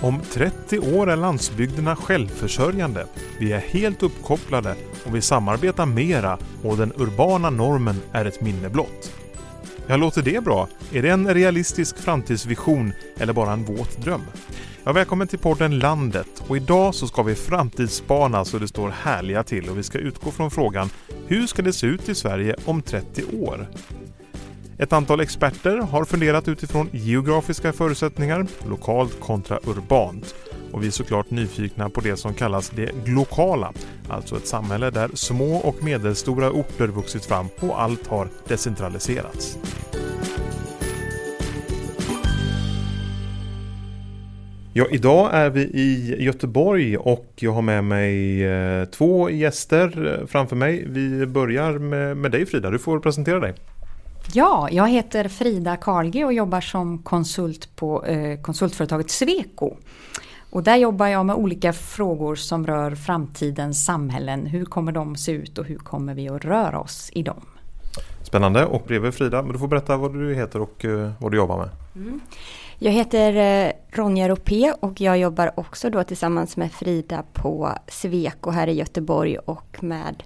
Om 30 år är landsbygderna självförsörjande. Vi är helt uppkopplade och vi samarbetar mera och den urbana normen är ett minne blott. Ja, låter det bra? Är det en realistisk framtidsvision eller bara en våt dröm? Ja, välkommen till podden Landet och idag så ska vi framtidsspana så det står härliga till och vi ska utgå från frågan: hur ska det se ut i Sverige om 30 år? Ett antal experter har funderat utifrån geografiska förutsättningar, lokalt kontra urbant. Och vi är såklart nyfikna på det som kallas det glokala, alltså ett samhälle där små och medelstora orter vuxit fram och allt har decentraliserats. Ja, idag är vi i Göteborg och jag har med mig två gäster framför mig. Vi börjar med dig, Frida, du får presentera dig. Ja, jag heter Frida Karlge och jobbar som konsult på konsultföretaget Sweco. Och där jobbar jag med olika frågor som rör framtidens samhällen. Hur kommer de se ut och hur kommer vi att röra oss i dem? Spännande. Och bredvid Frida, men du får berätta vad du heter och vad du jobbar med. Jag heter Ronja Ropé och jag jobbar också då tillsammans med Frida på Sweco här i Göteborg och med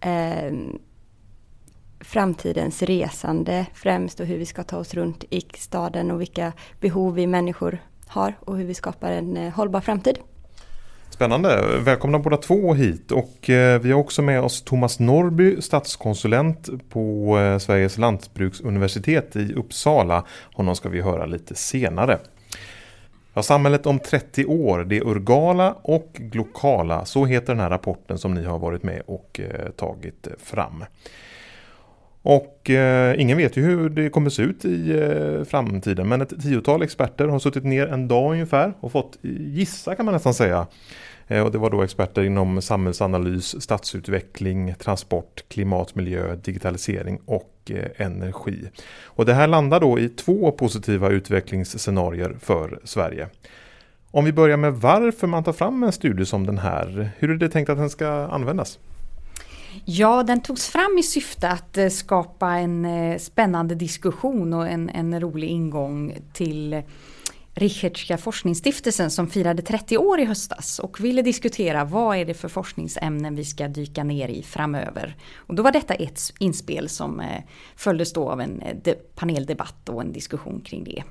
framtidens resande främst och hur vi ska ta oss runt i staden och vilka behov vi människor har och hur vi skapar en hållbar framtid. Spännande. Välkomna båda två hit och vi har också med oss Thomas Norrby, statskonsulent på Sveriges lantbruksuniversitet i Uppsala. Honom ska vi höra lite senare. Ja, samhället om 30 år, det urbana och glokala, så heter den här rapporten som ni har varit med och tagit fram. Och ingen vet ju hur det kommer se ut i framtiden, men ett 10-tal experter har suttit ner en dag ungefär och fått gissa, kan man nästan säga. Och det var då experter inom samhällsanalys, stadsutveckling, transport, klimatmiljö, digitalisering och energi. Och det här landar då i 2 positiva utvecklingsscenarier för Sverige. Om vi börjar med varför man tar fram en studie som den här, hur är det tänkt att den ska användas? Ja, den togs fram i syfte att skapa en spännande diskussion och en rolig ingång till Richterska forskningsstiftelsen som firade 30 år i höstas och ville diskutera vad är det för forskningsämnen vi ska dyka ner i framöver. Och då var detta ett inspel som följdes då av en paneldebatt och en diskussion kring det.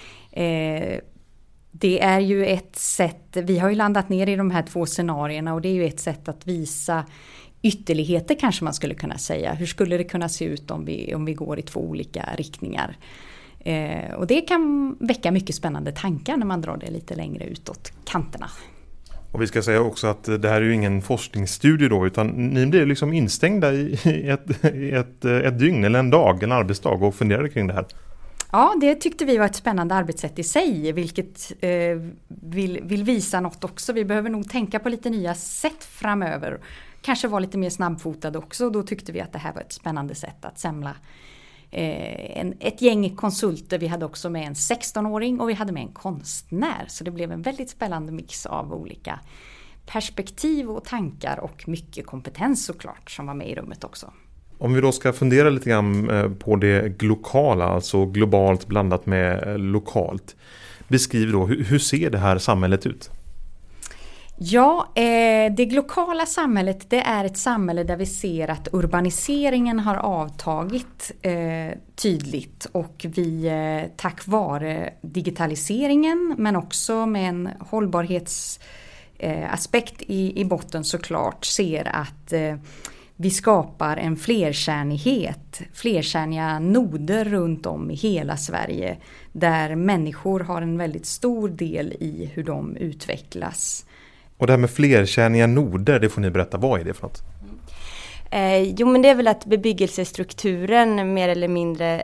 Det är ju ett sätt, vi har ju landat ner i de här 2 scenarierna och det är ju ett sätt att visa ytterligheter kanske man skulle kunna säga. Hur skulle det kunna se ut om vi går i 2 olika riktningar? Och det kan väcka mycket spännande tankar när man drar det lite längre utåt kanterna. Och vi ska säga också att det här är ju ingen forskningsstudie då, utan ni blir liksom instängda i ett dygn eller en dag, en arbetsdag och funderade kring det här. Ja, det tyckte vi var ett spännande arbetssätt i sig, vilket vill visa något också. Vi behöver nog tänka på lite nya sätt framöver. Kanske vara lite mer snabbfotad också. Då tyckte vi att det här var ett spännande sätt att samla ett gäng konsulter. Vi hade också med en 16-åring och vi hade med en konstnär. Så det blev en väldigt spännande mix av olika perspektiv och tankar och mycket kompetens såklart som var med i rummet också. Om vi då ska fundera lite grann på det glokala, alltså globalt blandat med lokalt. Beskriv då, hur ser det här samhället ut? Ja, det glokala samhället, det är ett samhälle där vi ser att urbaniseringen har avtagit tydligt och vi tack vare digitaliseringen men också med en hållbarhetsaspekt i botten såklart ser att vi skapar en flerkärniga noder runt om i hela Sverige där människor har en väldigt stor del i hur de utvecklas. Och det här med flerkärniga noder, det får ni berätta, vad är det för något? Jo, men det är väl att bebyggelsestrukturen mer eller mindre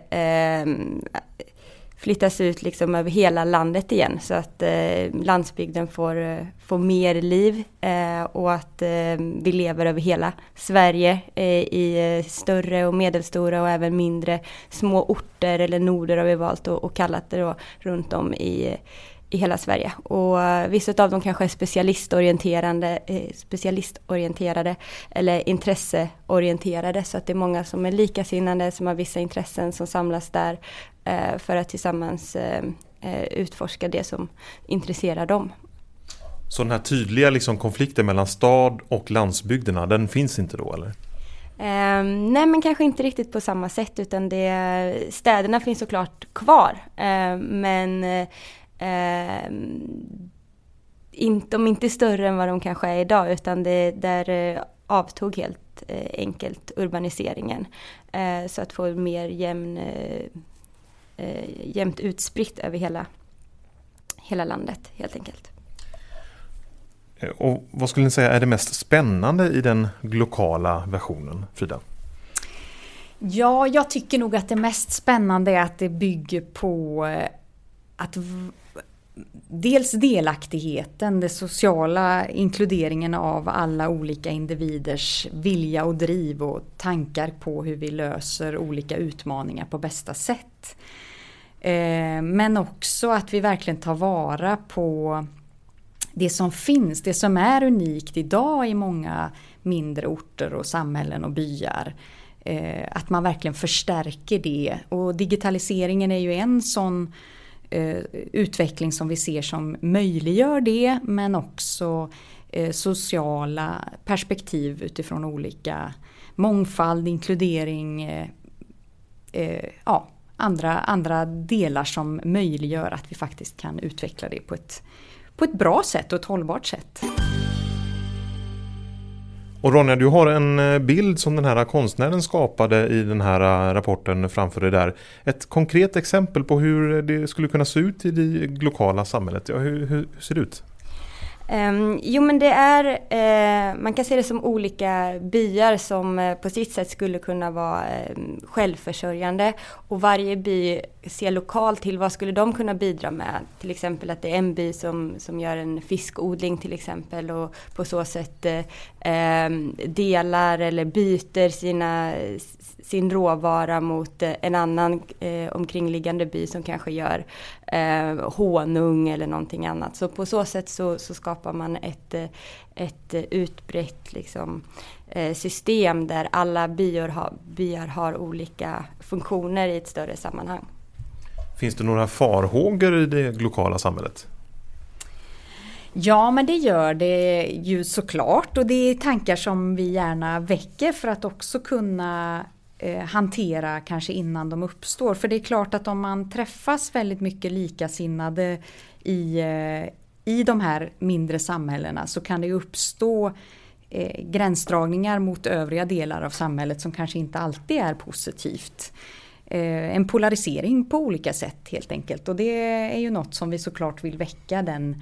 flyttas ut liksom över hela landet igen så att landsbygden får mer liv och att vi lever över hela Sverige i större och medelstora och även mindre små orter eller noder har vi valt att kalla det då, runt om i hela Sverige. Och vissa av dem kanske är specialistorienterade eller intresseorienterade så att det är många som är likasinnande som har vissa intressen som samlas där för att tillsammans utforska det som intresserar dem. Så den här tydliga liksom konflikten mellan stad och landsbygderna, den finns inte då eller? Nej, men kanske inte riktigt på samma sätt, utan städerna finns såklart kvar. Men de är inte större än vad de kanske är idag, utan där avtog helt enkelt urbaniseringen. Så att få mer jämnt utspritt över hela landet helt enkelt. Och vad skulle ni säga är det mest spännande i den lokala versionen, Frida? Ja, jag tycker nog att det mest spännande är att det bygger på att dels delaktigheten, den sociala inkluderingen av alla olika individers vilja och driv och tankar på hur vi löser olika utmaningar på bästa sätt. Men också att vi verkligen tar vara på det som finns, det som är unikt idag i många mindre orter och samhällen och byar. Att man verkligen förstärker det. Och digitaliseringen är ju en sån utveckling som vi ser som möjliggör det, men också sociala perspektiv utifrån olika mångfald, inkludering, andra delar som möjliggör att vi faktiskt kan utveckla det på ett bra sätt och ett hållbart sätt. Och Ronja, du har en bild som den här konstnären skapade i den här rapporten framför dig där. Ett konkret exempel på hur det skulle kunna se ut i det lokala samhället. Ja, hur ser det ut? Men det är, man kan se det som olika byar som på sitt sätt skulle kunna vara självförsörjande, och varje by ser lokalt till vad skulle de kunna bidra med. Till exempel att det är en by som gör en fiskodling till exempel, och på så sätt delar eller byter sin råvara mot en annan omkringliggande by som kanske gör honung eller någonting annat. Så på så sätt så skapar man ett utbrett liksom, system där alla byar har olika funktioner i ett större sammanhang. Finns det några farhågor i det lokala samhället? Ja, men det gör det ju såklart, och det är tankar som vi gärna väcker för att också kunna hantera kanske innan de uppstår. För det är klart att om man träffas väldigt mycket likasinnade i de här mindre samhällena, så kan det uppstå gränsdragningar mot övriga delar av samhället som kanske inte alltid är positivt. En polarisering på olika sätt helt enkelt, och det är ju något som vi såklart vill väcka, den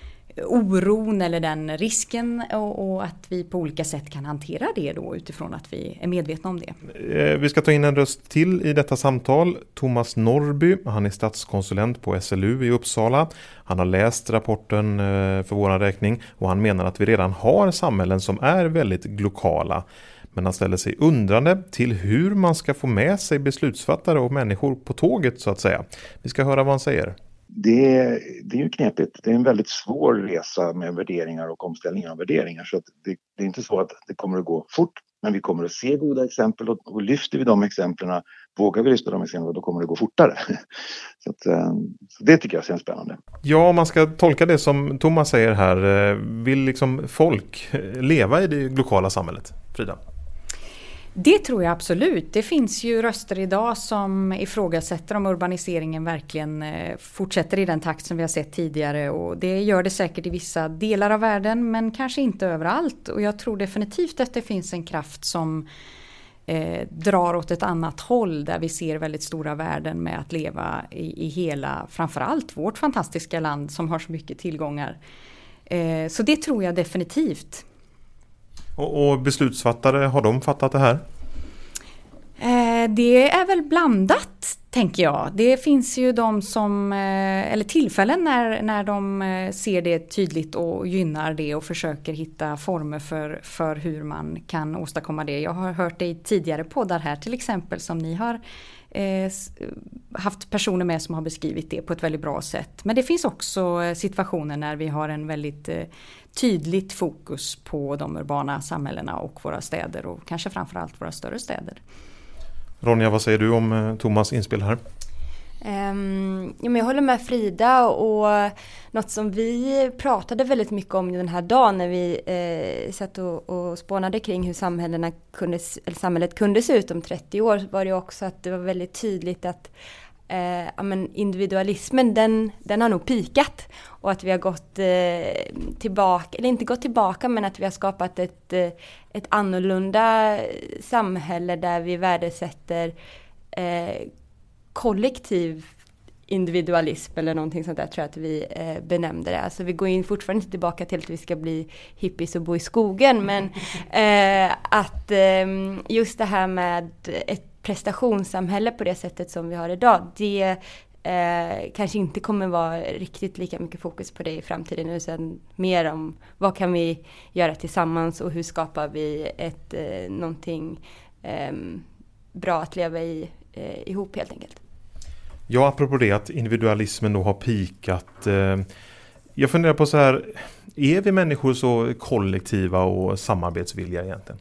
oron eller den risken, och att vi på olika sätt kan hantera det då utifrån att vi är medvetna om det. Vi ska ta in en röst till i detta samtal. Thomas Norrby, han är statskonsulent på SLU i Uppsala. Han har läst rapporten för vår räkning, och han menar att vi redan har samhällen som är väldigt lokala. Men han ställer sig undrande till hur man ska få med sig beslutsfattare och människor på tåget så att säga. Vi ska höra vad han säger. Det är ju knepigt. Det är en väldigt svår resa med värderingar och omställningar av värderingar. Så att det är inte så att det kommer att gå fort, men vi kommer att se goda exempel, och lyfter vi de exemplen, vågar vi lyfta de exemplen, då kommer det gå fortare. Så det tycker jag känns spännande. Ja, man ska tolka det som Thomas säger här. Vill liksom folk leva i det lokala samhället? Frida? Det tror jag absolut. Det finns ju röster idag som ifrågasätter om urbaniseringen verkligen fortsätter i den takt som vi har sett tidigare, och det gör det säkert i vissa delar av världen, men kanske inte överallt. Och jag tror definitivt att det finns en kraft som drar åt ett annat håll, där vi ser väldigt stora värden med att leva i hela, framförallt vårt fantastiska land som har så mycket tillgångar. Så det tror jag definitivt. Och beslutsfattare, har de fattat det här? Det är väl blandat, tänker jag. Det finns ju de som, eller tillfällen när de ser det tydligt och gynnar det och försöker hitta former för hur man kan åstadkomma det. Jag har hört det i tidigare poddar här till exempel, som ni har haft personer med som har beskrivit det på ett väldigt bra sätt. Men det finns också situationer när vi har en väldigt tydligt fokus på de urbana samhällena och våra städer, och kanske framförallt våra större städer. Ronja, vad säger du om Thomas inspel här? men jag håller med Frida, och något som vi pratade väldigt mycket om den här dagen när vi satt och spånade kring hur samhället kunde se ut om 30 år, var det också att det var väldigt tydligt att individualismen den har nog pikat, och att vi har gått tillbaka, eller inte gått tillbaka, men att vi har skapat ett annorlunda samhälle där vi värdesätter kollektiv individualism eller någonting sånt där, tror jag att vi benämnde det. Alltså vi går fortfarande inte tillbaka till att vi ska bli hippies och bo i skogen, men att just det här med ett prestationssamhälle på det sättet som vi har idag, det kanske inte kommer vara riktigt lika mycket fokus på det i framtiden, utan mer om vad kan vi göra tillsammans och hur skapar vi någonting bra att leva ihop helt enkelt. Ja, apropå det att individualismen då har pikat. Jag funderar på så här, är vi människor så kollektiva och samarbetsvilliga egentligen?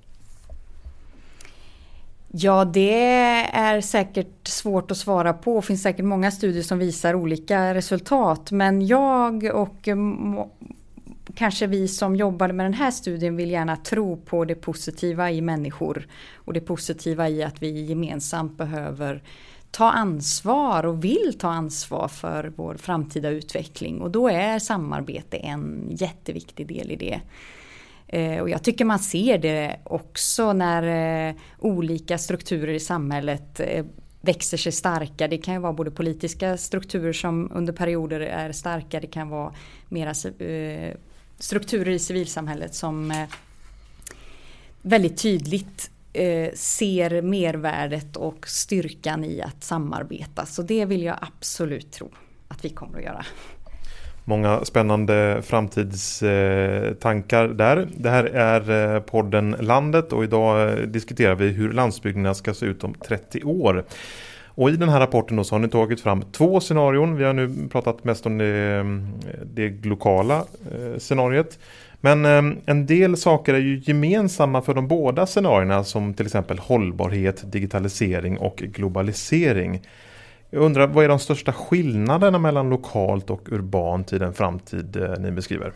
Ja, det är säkert svårt att svara på. Det finns säkert många studier som visar olika resultat. Men jag och kanske vi som jobbade med den här studien vill gärna tro på det positiva i människor. Och det positiva i att vi gemensamt behöver ta ansvar och vill ta ansvar för vår framtida utveckling. Och då är samarbete en jätteviktig del i det. Och jag tycker man ser det också när olika strukturer i samhället växer sig starka. Det kan ju vara både politiska strukturer som under perioder är starka. Det kan vara mera strukturer i civilsamhället som väldigt tydligt ser mervärdet och styrkan i att samarbeta. Så det vill jag absolut tro att vi kommer att göra. Många spännande framtidstankar där. Det här är podden Landet, och idag diskuterar vi hur landsbygderna ska se ut om 30 år. Och i den här rapporten då så har ni tagit fram 2 scenarion. Vi har nu pratat mest om det lokala scenariot. Men en del saker är ju gemensamma för de båda scenarierna, som till exempel hållbarhet, digitalisering och globalisering. Jag undrar, vad är de största skillnaderna mellan lokalt och urbant i den framtid ni beskriver?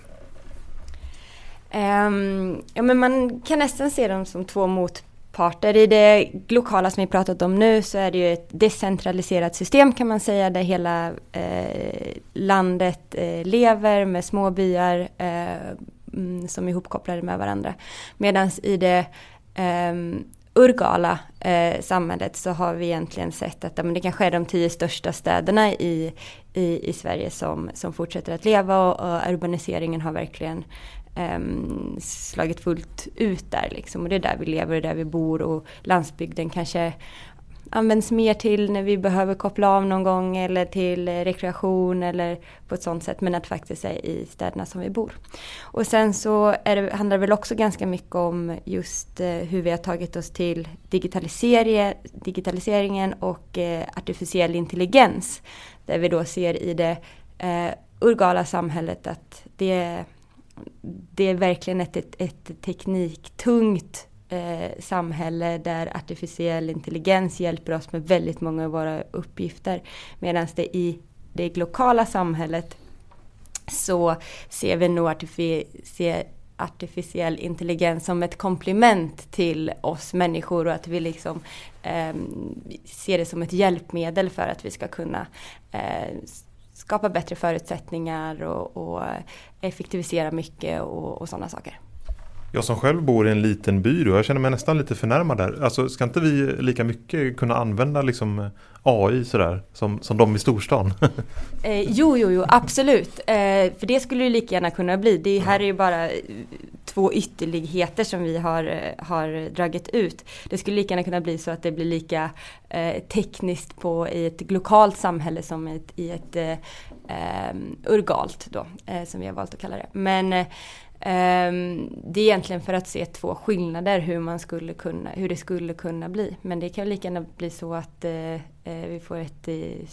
Ja, men man kan nästan se dem som 2 motparter. I det lokala som vi pratat om nu så är det ju ett decentraliserat system, kan man säga, där hela landet lever med små byar som är ihopkopplade med varandra. Medan i det urgala samhället så har vi egentligen sett att det kanske är de 10 största städerna i Sverige som fortsätter att leva, och urbaniseringen har verkligen slagit fullt ut där liksom. Och det är där vi lever och där vi bor, och landsbygden kanske används mer till när vi behöver koppla av någon gång eller till rekreation eller på ett sånt sätt, men att faktiskt är i städerna som vi bor. Och sen så handlar det väl också ganska mycket om just hur vi har tagit oss till digitaliseringen och artificiell intelligens, där vi då ser i det urgala samhället att det är verkligen ett tekniktungt samhälle där artificiell intelligens hjälper oss med väldigt många av våra uppgifter, medan det i det lokala samhället så ser vi nog artificiell intelligens som ett komplement till oss människor, och att vi liksom ser det som ett hjälpmedel för att vi ska kunna skapa bättre förutsättningar och effektivisera mycket och sådana saker. Jag som själv bor i en liten by då, jag känner mig nästan lite förnärmad där. Alltså, ska inte vi lika mycket kunna använda liksom AI sådär som de i storstan? Jo, absolut. För det skulle ju lika gärna kunna bli. Det här är ju bara 2 ytterligheter som vi har dragit ut. Det skulle lika gärna kunna bli så att det blir lika tekniskt i ett lokalt samhälle som i ett urgalt då, som vi har valt att kalla det. Men det är egentligen för att se 2 skillnader hur det skulle kunna bli. Men det kan lika gärna bli så att vi får ett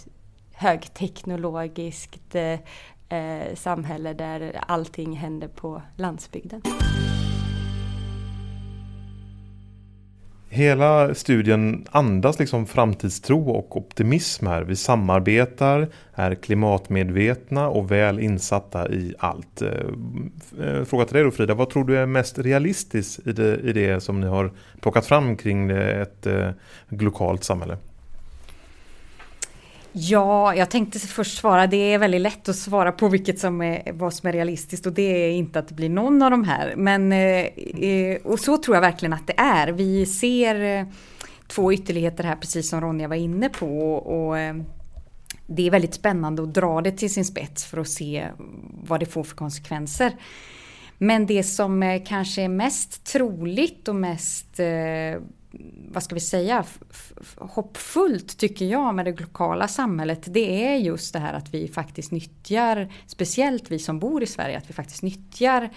högteknologiskt samhälle där allting händer på landsbygden. Hela studien andas liksom framtidstro och optimism här. Vi samarbetar, är klimatmedvetna och väl insatta i allt. Fråga till dig då, Frida, vad tror du är mest realistiskt i det som ni har plockat fram kring ett globalt samhälle? Ja, jag tänkte först svara, det är väldigt lätt att svara på vad som är realistiskt, och det är inte att det blir någon av de här. Men, och så tror jag verkligen att det är. Vi ser två ytterligheter här, precis som Ronja var inne på, och det är väldigt spännande att dra det till sin spets för att se vad det får för konsekvenser. Men det som kanske är mest troligt och mest vad ska vi säga, hoppfullt tycker jag med det lokala samhället, det är just det här att vi faktiskt nyttjar, speciellt vi som bor i Sverige, att vi faktiskt nyttjar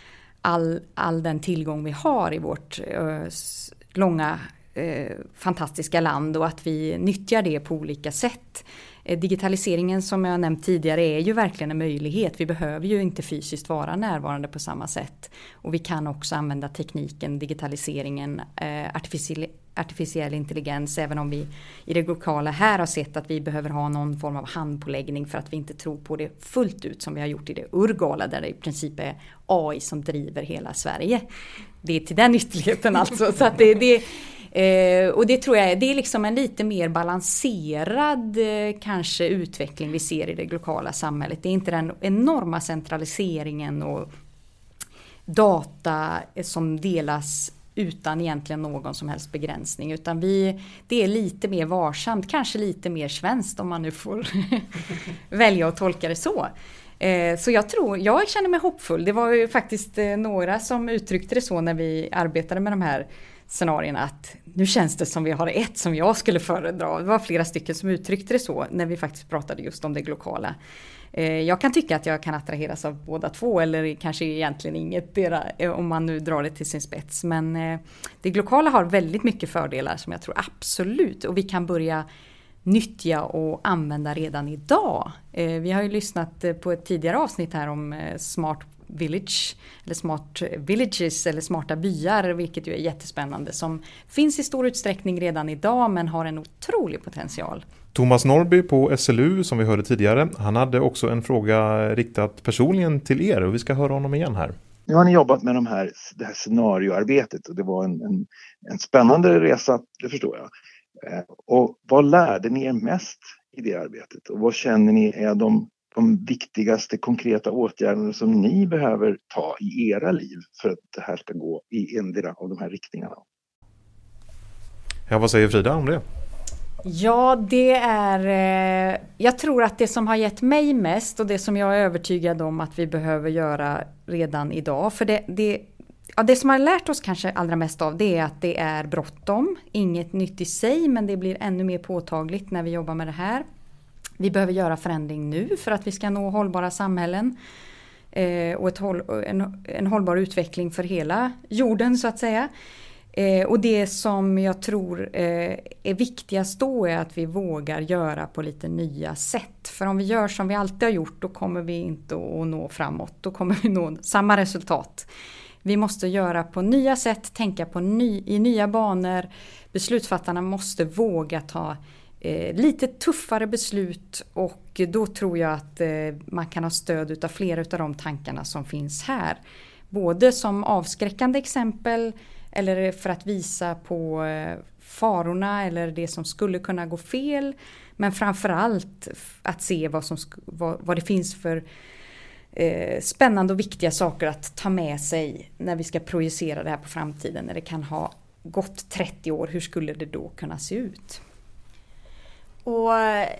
all den tillgång vi har i vårt långa fantastiska land, och att vi nyttjar det på olika sätt. Digitaliseringen som jag nämnt tidigare är ju verkligen en möjlighet. Vi behöver ju inte fysiskt vara närvarande på samma sätt. Och vi kan också använda tekniken, digitaliseringen, artificiell intelligens, även om vi i det lokala här har sett att vi behöver ha någon form av handpåläggning för att vi inte tror på det fullt ut som vi har gjort i det Urgala, där det i princip är AI som driver hela Sverige. Det är till den ytterligheten alltså. Så att och det tror jag det är liksom en lite mer balanserad kanske utveckling vi ser i det lokala samhället. Det är inte den enorma centraliseringen och data som delas utan egentligen någon som helst begränsning, utan det är lite mer varsamt, kanske lite mer svenskt om man nu får välja att tolka det så. Så jag känner mig hoppfull. Det var ju faktiskt några som uttryckte det så när vi arbetade med de här scenarierna, att nu känns det som vi har ett som jag skulle föredra. Det var flera stycken som uttryckte det så när vi faktiskt pratade just om det lokala. Jag kan tycka att jag kan attraheras av båda två, eller kanske egentligen inget om man nu drar det till sin spets. Men det lokala har väldigt mycket fördelar som jag tror absolut, och vi kan börja nyttja och använda redan idag. Vi har ju lyssnat på ett tidigare avsnitt här om smart village eller smart villages eller smarta byar, vilket ju är jättespännande, som finns i stor utsträckning redan idag men har en otrolig potential. Thomas Norrby på SLU, som vi hörde tidigare, han hade också en fråga riktat personligen till er, och vi ska höra honom igen här. Nu har ni jobbat med det här scenarioarbetet, och det var en spännande resa, det förstår jag. Och vad lärde ni er mest i det arbetet, och vad känner ni är de viktigaste konkreta åtgärderna som ni behöver ta i era liv för att det här ska gå i endera av de här riktningarna? Ja, vad säger Frida om det? Ja, jag tror att det som har gett mig mest, och det som jag är övertygad om att vi behöver göra redan idag, för det som har lärt oss kanske allra mest av, det är att det är bråttom, inget nytt i sig, men det blir ännu mer påtagligt när vi jobbar med det här. Vi behöver göra förändring nu för att vi ska nå hållbara samhällen och en hållbar utveckling för hela jorden så att säga. Och det som jag tror är viktigast då är att vi vågar göra på lite nya sätt. För om vi gör som vi alltid har gjort, då kommer vi inte att nå framåt. Då kommer vi nå samma resultat. Vi måste göra på nya sätt, tänka på i nya banor. Beslutsfattarna måste våga ta lite tuffare beslut, och då tror jag att man kan ha stöd utav flera utav de tankarna som finns här. Både som avskräckande exempel eller för att visa på farorna eller det som skulle kunna gå fel. Men framförallt att se vad det finns för spännande och viktiga saker att ta med sig när vi ska projicera det här på framtiden. När det kan ha gått 30 år, hur skulle det då kunna se ut? Och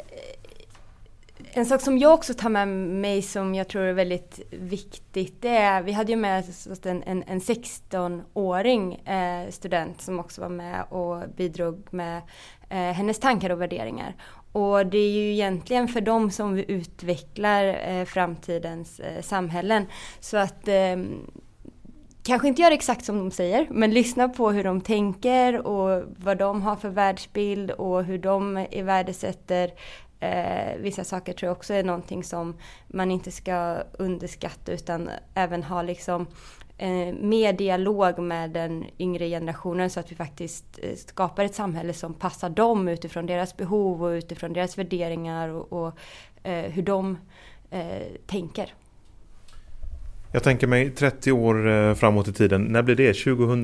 en sak som jag också tar med mig som jag tror är väldigt viktigt, det är, vi hade ju med oss en 16-åring student som också var med och bidrog med hennes tankar och värderingar. Och det är ju egentligen för dem som vi utvecklar framtidens samhällen. Så att kanske inte gör exakt som de säger, men lyssna på hur de tänker och vad de har för världsbild och hur de värdesätter vissa saker, tror jag också är någonting som man inte ska underskatta, utan även ha liksom mer dialog med den yngre generationen så att vi faktiskt skapar ett samhälle som passar dem utifrån deras behov och utifrån deras värderingar och hur de tänker. Jag tänker mig 30 år framåt i tiden. När blir det?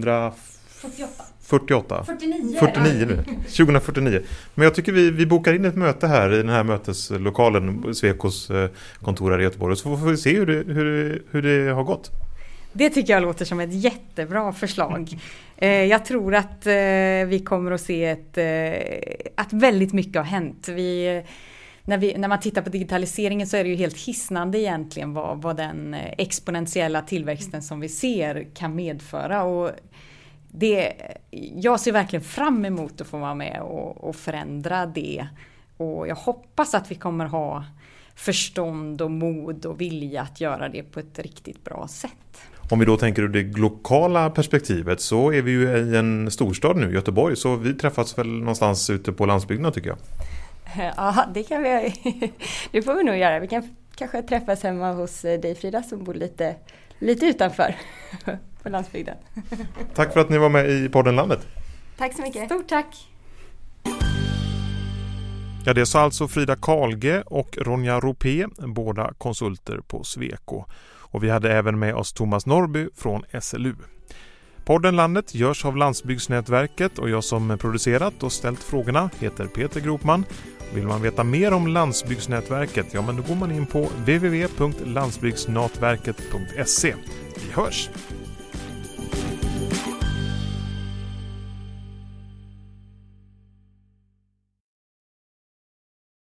2048? 49 nu. 2049. Men jag tycker vi bokar in ett möte här i den här möteslokalen, Swecos kontor här i Göteborg. Så får vi se hur det har gått. Det tycker jag låter som ett jättebra förslag. Jag tror att vi kommer att se att väldigt mycket har hänt. När man tittar på digitaliseringen så är det ju helt hisnande egentligen vad den exponentiella tillväxten som vi ser kan medföra. Och jag ser verkligen fram emot att få vara med och förändra det. Och jag hoppas att vi kommer ha förstånd och mod och vilja att göra det på ett riktigt bra sätt. Om vi då tänker ur det lokala perspektivet så är vi ju i en storstad nu, Göteborg. Så vi träffas väl någonstans ute på landsbygden tycker jag. Ja, det kan vi. Det får vi nog göra. Vi kan kanske träffas hemma hos dig, Frida, som bor lite utanför på landsbygden. Tack för att ni var med i podden Landet. Tack så mycket. Stort tack. Ja, det sa alltså Frida Karlge och Ronja Ropé, båda konsulter på Sweco. Och vi hade även med oss Thomas Norrby från SLU. Podden Landet görs av Landsbygdsnätverket och jag som producerat och ställt frågorna heter Peter Gropman. Vill man veta mer om Landsbygdsnätverket, ja men då går man in på www.landsbygdsnätverket.se. Vi hörs!